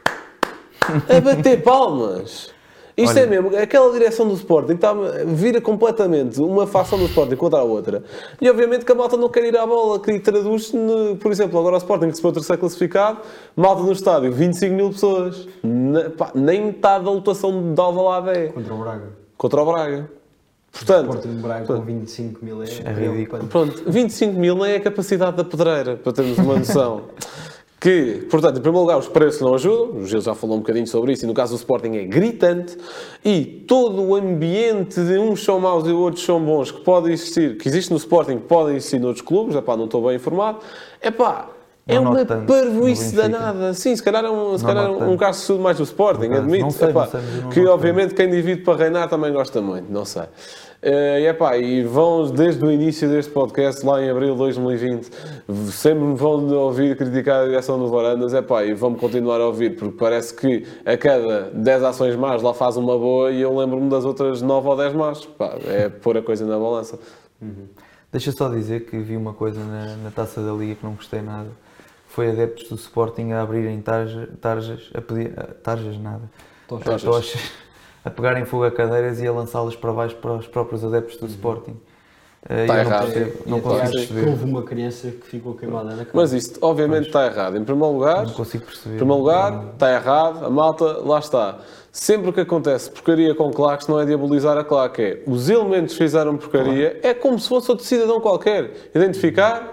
a bater palmas. Isto Olha, é mesmo, aquela direção do Sporting está, vira completamente uma facção do Sporting contra a outra. E obviamente que a malta não quer ir à bola, que traduz-se, no, por exemplo, agora o Sporting que se foi o terceiro classificado, malta no estádio, vinte e cinco mil pessoas. Na, pá, nem metade da lotação de Alvalade é. Contra o Braga. Contra o Braga. Portanto, O Sporting de Braga com vinte e cinco mil é, É ridículo. pronto, vinte e cinco mil nem é a capacidade da pedreira, para termos uma noção. Que, portanto, em primeiro lugar, os preços não ajudam, o Gil já falou um bocadinho sobre isso, e no caso do Sporting é gritante, e todo o ambiente de uns são maus e outros são bons, que pode existir, que existe no Sporting, que podem existir noutros clubes, epá, não estou bem informado, epá, É Não uma noto tanto parvoíce no Benfica. danada. Sim, se calhar é um, se Não calhar é noto um, um tanto. caso de estudo mais do Sporting, Por acaso, admito. não sei, Epá, não sei, mas eu não que noto obviamente quem divide para reinar também gosta muito, não sei. Uh, e, epá, e vão desde o início deste podcast, lá em abril de dois mil e vinte, sempre me vão ouvir criticar a direção do Varandas, epá, e vão-me continuar a ouvir, porque parece que a cada dez ações más lá faz uma boa e eu lembro-me das outras nove ou dez más. Pá, é pôr a coisa na balança. Uhum. Deixa só dizer que vi uma coisa na, na Taça da Liga que não gostei nada. Foi adeptos do Sporting a abrirem tarja, tarjas, a pedir, a, tarjas nada, Tochas. tochas, a pegarem fogo a cadeiras e a lançá-las para baixo para os próprios adeptos do Sporting. Uh, Tá eu não errado. percebo, E não até consigo acho que perceber. houve uma criança que ficou queimada na cara. Mas isto, obviamente, está errado. Em primeiro lugar, Não consigo perceber. em primeiro lugar, está errado, a malta, lá está. Sempre que acontece porcaria com claques, não é diabolizar a claque, é os elementos que fizeram porcaria, é como se fosse outro cidadão qualquer. Identificar,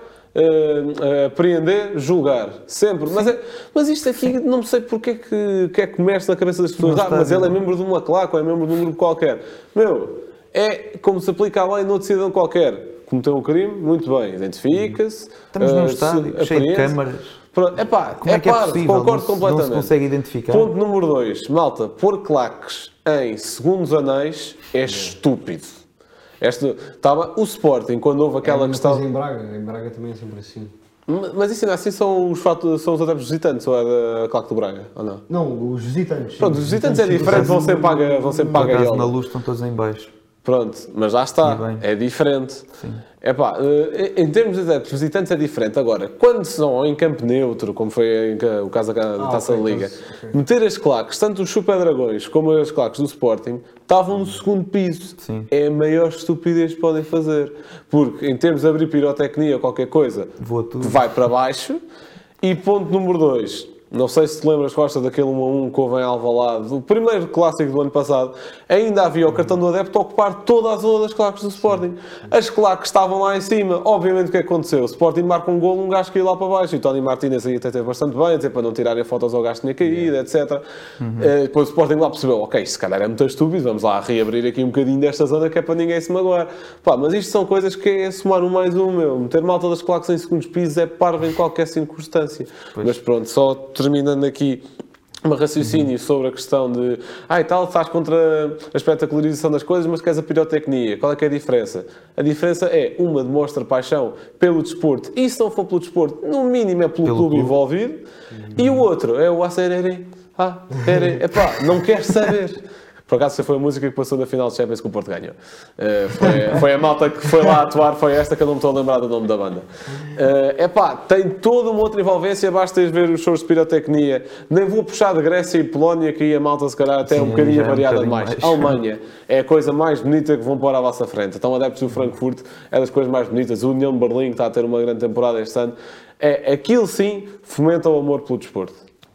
uh, apreender, julgar. Sempre. Mas, é, mas isto aqui, não sei porque é que, que é que mexe na cabeça das pessoas. Não Ah, mas está- ele é membro de uma claque ou é membro de um grupo qualquer. Meu, é como se aplica a lei noutro cidadão qualquer. Cometeu um crime, muito bem, identifica-se. Estamos num uh, se estádio cheio de apreende-se. câmaras. Pronto, epá, Como é que é parvo, possível? concordo Não se- completamente. não se consegue identificar? Ponto número dois, malta, pôr claques em segundos anéis é estúpido. Este, estava o Sporting, quando houve É aquela uma questão... coisa em Braga, em Braga também é sempre assim. Mas isso ainda assim são os, fatos, são os adeptos visitantes, ou é da claque do Braga, ou não? Não, os visitantes. Pronto, os visitantes é diferente, vão sempre para a, vão sempre Por para a acaso na gaiola. luz estão todos em baixo. Pronto, mas lá está, E bem. é diferente. Sim. Epá, eh, em termos de adeptos visitantes é diferente. Agora, quando são em campo neutro, como foi em ca- o caso da da Ah, Taça ok, da Liga, então, ok. meter as claques, tanto os Super Dragões como as claques do Sporting, estavam no segundo piso. Sim. É a maior estupidez que podem fazer. Porque, em termos de abrir pirotecnia ou qualquer coisa, Voa tudo. vai para baixo. E ponto número dois. Não sei se te lembras, Costa, daquele um a um que houve em Alvalade, o primeiro clássico do ano passado, ainda havia o cartão do adepto a ocupar toda a zona das claques do Sporting. As claques estavam lá em cima. Obviamente o que aconteceu? O Sporting marca um golo, um gajo caiu lá para baixo. E o Tony Martínez aí até teve bastante bem, dizer, para não tirarem fotos ao gajo que tinha caído, etcétera. Eh, depois o Sporting lá percebeu, ok, isto se calhar é muito estúpido, vamos lá reabrir aqui um bocadinho desta zona que é para ninguém se magoar. Pá, mas isto são coisas que é somar um mais um, meu. Meter malta das claques em segundos pisos é parvo em qualquer circunstância. Mas pronto, só terminando aqui um raciocínio sobre a questão de ah, e tal, estás contra a espetacularização das coisas, mas queres a pirotecnia. Qual é que é a diferença? A diferença é, uma demonstra paixão pelo desporto, e se não for pelo desporto, no mínimo é pelo, Pelo clube, clube. envolvido, e o outro é o acerere. Ah, ere. Epá, não queres saber. Por acaso, essa foi a música que passou na final de Champions que o Porto ganhou. Uh, foi, foi a malta que foi lá atuar, foi esta que eu não me estou a lembrar do nome da banda. É uh, pá, tem toda uma outra envolvência, basta ir ver os shows de pirotecnia. Nem vou puxar de Grécia e Polónia, que aí a malta se calhar até é um Sim, bocadinho já é um variada bocadinho demais. mais. Alemanha é a coisa mais bonita que vão pôr à vossa frente. Então, adeptos do Frankfurt é das coisas mais bonitas. O União de Berlim está a ter uma grande temporada este ano. É, aquilo sim fomenta o amor pelo desporto.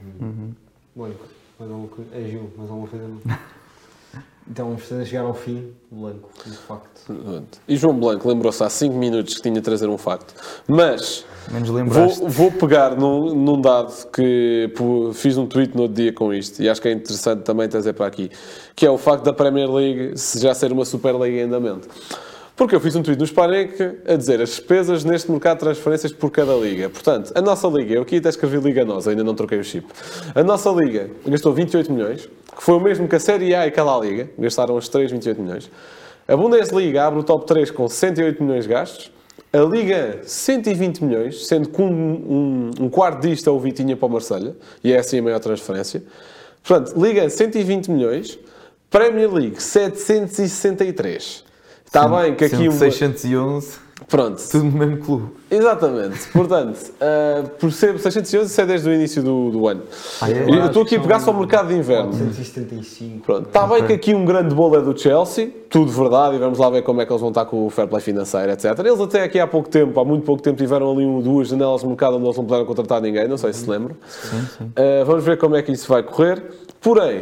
Bom, mas alguma coisa. É Gil, mas alguma coisa não. Então vamos fazer chegar ao fim, Blanco, de facto. E João Blanco lembrou-se há cinco minutos que tinha de trazer um facto. Mas Menos vou, lembraste. vou pegar num, num dado que pô, fiz um tweet no outro dia com isto, e acho que é interessante também trazer para aqui, que é o facto da Premier League já ser uma Superliga em andamento. Porque eu fiz um tweet no Sparek a dizer as despesas neste mercado de transferências por cada liga. Portanto, a nossa liga, eu aqui até escrevi Liga Nós, ainda não troquei o chip. A nossa liga gastou vinte e oito milhões, que foi o mesmo que a Série A e cada liga, gastaram os três vinte e oito milhões. A Bundesliga abre o top três com cento e oito milhões gastos. A Liga, cento e vinte milhões, sendo que um, um, um quarto disto é o Vitinha para o Marselha, e é assim a maior transferência. Portanto, Liga, cento e vinte milhões. Premier League, setecentos e sessenta e três. Está bem que aqui Sendo uma... seiscentos e onze, Pronto. tudo no mesmo clube. Exatamente. Portanto, uh, por ser seiscentos e onze, isso é desde o início do, do ano. Ah, é? E eu estou aqui a pegar só o mercado de inverno. quatrocentos e setenta e cinco. Pronto. Está bem que aqui um grande bolo é do Chelsea, tudo verdade, e vamos lá ver como é que eles vão estar com o fair play financeiro, etcétera. Eles até aqui há pouco tempo, há muito pouco tempo, tiveram ali um, duas janelas de mercado onde eles não puderam contratar ninguém, não sei se se lembram. Sim, sim. Uh, vamos ver como é que isso vai correr. Porém,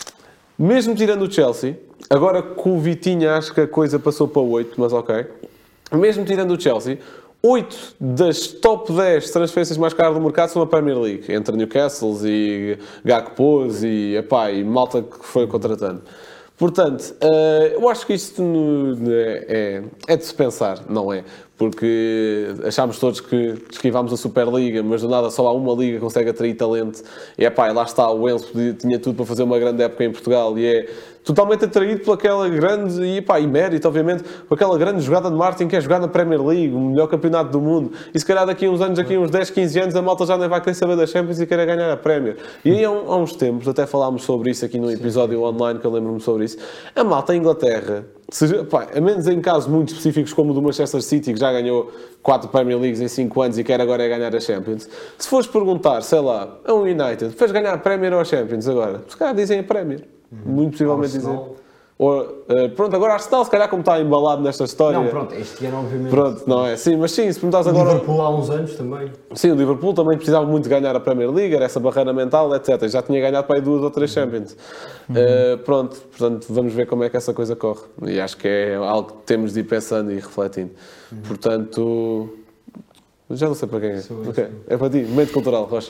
mesmo tirando o Chelsea, agora com o Vitinha acho que a coisa passou para oito, mas ok. Mesmo tirando o Chelsea, oito das top dez transferências mais caras do mercado são a Premier League, entre Newcastle e Gakpos e, epá, e malta que foi contratando. Portanto, uh, eu acho que isto é, é, é de se pensar, não é? porque achámos todos que esquivámos a Superliga, mas do nada só há uma liga que consegue atrair talento. E é pá, lá está, o Enzo tinha tudo para fazer uma grande época em Portugal e é totalmente atraído por aquela grande, e pá, e mérito, obviamente, por aquela grande jogada de Martin que é jogar na Premier League, o melhor campeonato do mundo. E se calhar daqui a uns anos, daqui a uns dez, quinze anos, a malta já nem vai querer saber da Champions e querer ganhar a Premier. E aí há, um, há uns tempos, até falámos sobre isso aqui num episódio online, que eu lembro-me sobre isso, a malta em Inglaterra, se, pá, a menos em casos muito específicos como o do Manchester City, que já ganhou quatro Premier Leagues em cinco anos e quer agora é ganhar a Champions, se fores perguntar, sei lá, a um United, fez ganhar a Premier ou a Champions agora? Se calhar dizem a Premier. Muito possivelmente dizer. Ou, uh, pronto, agora Arsenal, se calhar como está embalado nesta história... Não, pronto, este ano obviamente... Pronto, não é? Sim, mas sim, se perguntares O agora... Liverpool há uns anos também. Sim, o Liverpool também precisava muito de ganhar a Premier League, era essa barreira mental, etcétera. Já tinha ganhado para aí duas ou três Champions. Uhum. Uh, pronto, portanto, vamos ver como é que essa coisa corre. E acho que é algo que temos de ir pensando e refletindo. Uhum. Portanto... Já não sei para quem é. Okay. É para ti, momento cultural, Rocha.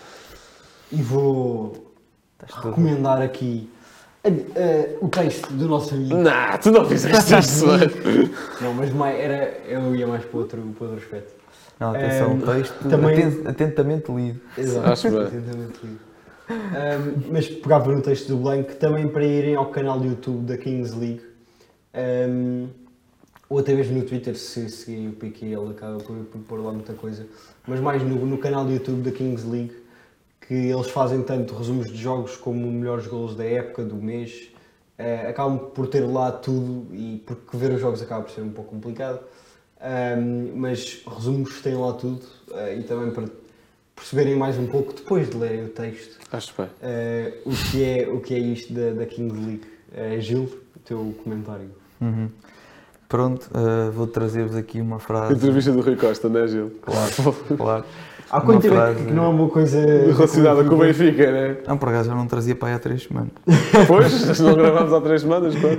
E vou recomendar aqui... Uh, uh, o texto do nosso amigo. Não, tu não fizeste isso, mano. Não, mas mais, era, eu ia mais para outro, para outro aspecto. Não, atenção, um, texto também, atent, atentamente lido. Exato, acho bem. Atentamente lido. Um, mas pegava no texto do Blanco também para irem ao canal do YouTube da Kings League. Um, ou até mesmo no Twitter, se seguirem o Piqué, ele acaba por, por pôr lá muita coisa. Mas mais no, no canal do YouTube da Kings League, que eles fazem tanto resumos de jogos como melhores golos da época, do mês, uh, acabam por ter lá tudo, e porque ver os jogos acaba por ser um pouco complicado, um, mas resumos têm lá tudo, uh, e também para perceberem mais um pouco, depois de lerem o texto, acho bem. Uh, o, que é, o que é isto da, da Kings League. Uh, Gil, o teu comentário. Uhum. Pronto, uh, vou trazer-vos aqui uma frase... Entrevista do Rui Costa, não é, Gil? Claro, claro. Há quanto tempo frase... que não é uma coisa... relacionada com o Benfica, não é? Não, por acaso já não trazia para aí há três semanas. Pois, não gravámos há três semanas, claro.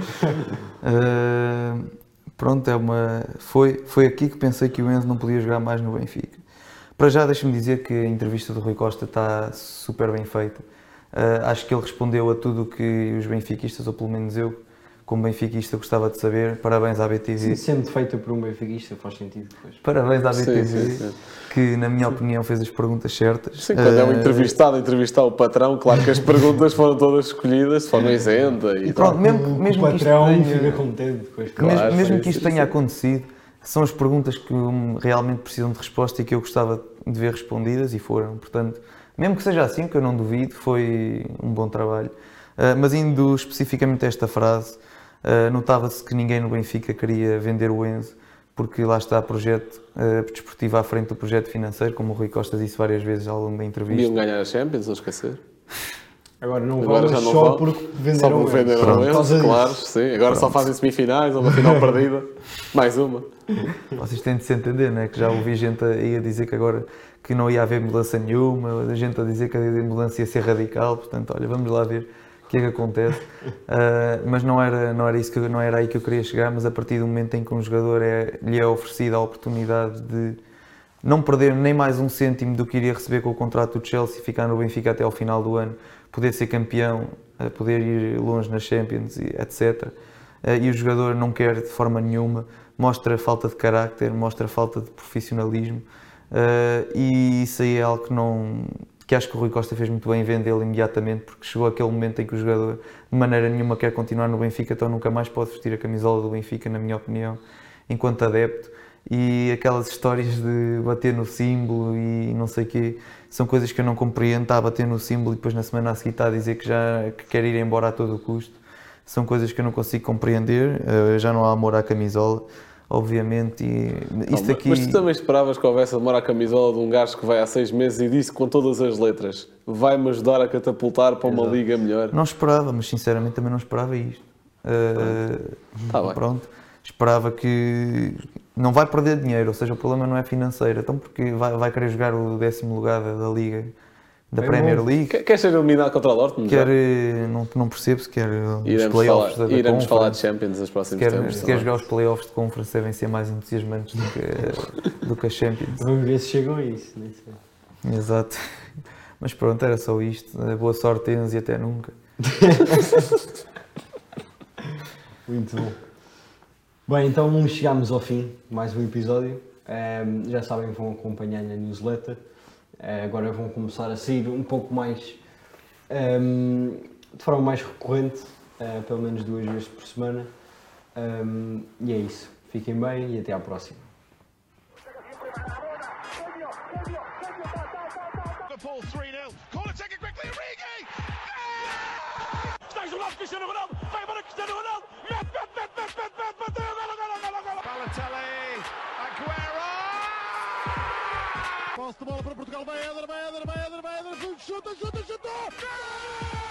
Uh, pronto, é uma... Foi, foi aqui que pensei que o Enzo não podia jogar mais no Benfica. Para já, deixa-me dizer que a entrevista do Rui Costa está super bem feita. Uh, acho que ele respondeu a tudo o que os benfiquistas, ou pelo menos eu, como benfiquista, gostava de saber. Parabéns à B T V. Sim, sendo feita por um benfiquista faz sentido depois. Parabéns à B T V, sim, sim, sim. que na minha opinião fez as perguntas certas. Sim, quando uh, é um entrevistado a entrevistar o patrão, claro que as perguntas foram todas escolhidas de forma isenta. E, e pronto, mesmo, o, mesmo o que isto patrão tenha, fica contente depois. Claro, mesmo, mesmo sim, que isto sim, tenha sim. acontecido, são as perguntas que realmente precisam de resposta e que eu gostava de ver respondidas, e foram. Portanto, mesmo que seja assim, que eu não duvido, foi um bom trabalho. Uh, mas indo especificamente a esta frase, uh, notava-se que ninguém no Benfica queria vender o Enzo, porque lá está projeto uh, desportivo à frente do projeto financeiro, como o Rui Costa disse várias vezes ao longo da entrevista. Iam ganhar a Champions, não esquecer. Agora não Agora vão, já não só vão. porque venderam Só porque venderam o Enzo, claro, sim. Agora Pronto. só fazem semifinais ou uma final perdida. Mais uma. Vocês têm de se entender, não é? Que já ouvi gente aí a dizer que agora que não ia haver mudança nenhuma, a gente a dizer que a mudança ia ser radical, portanto, olha, vamos lá ver o que é que acontece. Uh, mas não era, não, era isso que, não era aí que eu queria chegar, mas a partir do momento em que um jogador é, lhe é oferecida a oportunidade de não perder nem mais um cêntimo do que iria receber com o contrato do Chelsea, ficar no Benfica até ao final do ano, poder ser campeão, poder ir longe nas Champions, etcétera. E o jogador não quer de forma nenhuma, mostra falta de carácter, mostra falta de profissionalismo, e isso aí é algo que, não, que acho que o Rui Costa fez muito bem em vendê-lo imediatamente, porque chegou aquele momento em que o jogador de maneira nenhuma quer continuar no Benfica, então nunca mais pode vestir a camisola do Benfica, na minha opinião, enquanto adepto. E aquelas histórias de bater no símbolo e não sei o quê, são coisas que eu não compreendo. Está a bater no símbolo e depois na semana a seguir está a dizer que, já, que quer ir embora a todo o custo. São coisas que eu não consigo compreender, uh, já não há amor à camisola, obviamente. E isto não, aqui... Mas tu também esperavas que houvesse amor à camisola de um gajo que vai há seis meses e disse com todas as letras: vai-me ajudar a catapultar para uma Exato. liga melhor. Não esperava, mas sinceramente também não esperava isto. Uh, tá bem. Pronto. Esperava que não vai perder dinheiro, ou seja, o problema não é financeiro, então porque vai, vai querer jogar o décimo lugar da, da Liga, da Bem Premier bom. League. Quer, quer ser eliminado contra o Dortmund? Quer, não, não percebo se quer os Iremos, playoffs falar, da, da iremos falar de Conference. Champions nos próximos Se quer, tempos. se tá quer bem. jogar os playoffs de Conference devem ser mais entusiasmantes do que, do que a Champions. Vamos ver se chegam a isso, nem sei. Exato. Mas pronto, era só isto. Boa sorte, Enzo, e até nunca. Muito bom. Bem, então chegámos ao fim de mais um episódio. Um, já sabem, vão acompanhar na newsletter. Uh, agora vão começar a sair um pouco mais, um, de forma mais recorrente, uh, pelo menos duas vezes por semana. Um, e é isso. Fiquem bem e até à próxima. Liverpool three nil. Corner taken quickly, Origi! Está isolado Cristiano Ronaldo. Vai para Cristiano Ronaldo. Mete, mete, mete, mete, mete, mete, bateu. Golo, golo, golo, golo. Balotelli, Aguero! Posse de bola para Portugal, vai Éder, vai Éder, vai Éder, vai Éder, chuta, chuta, chuta!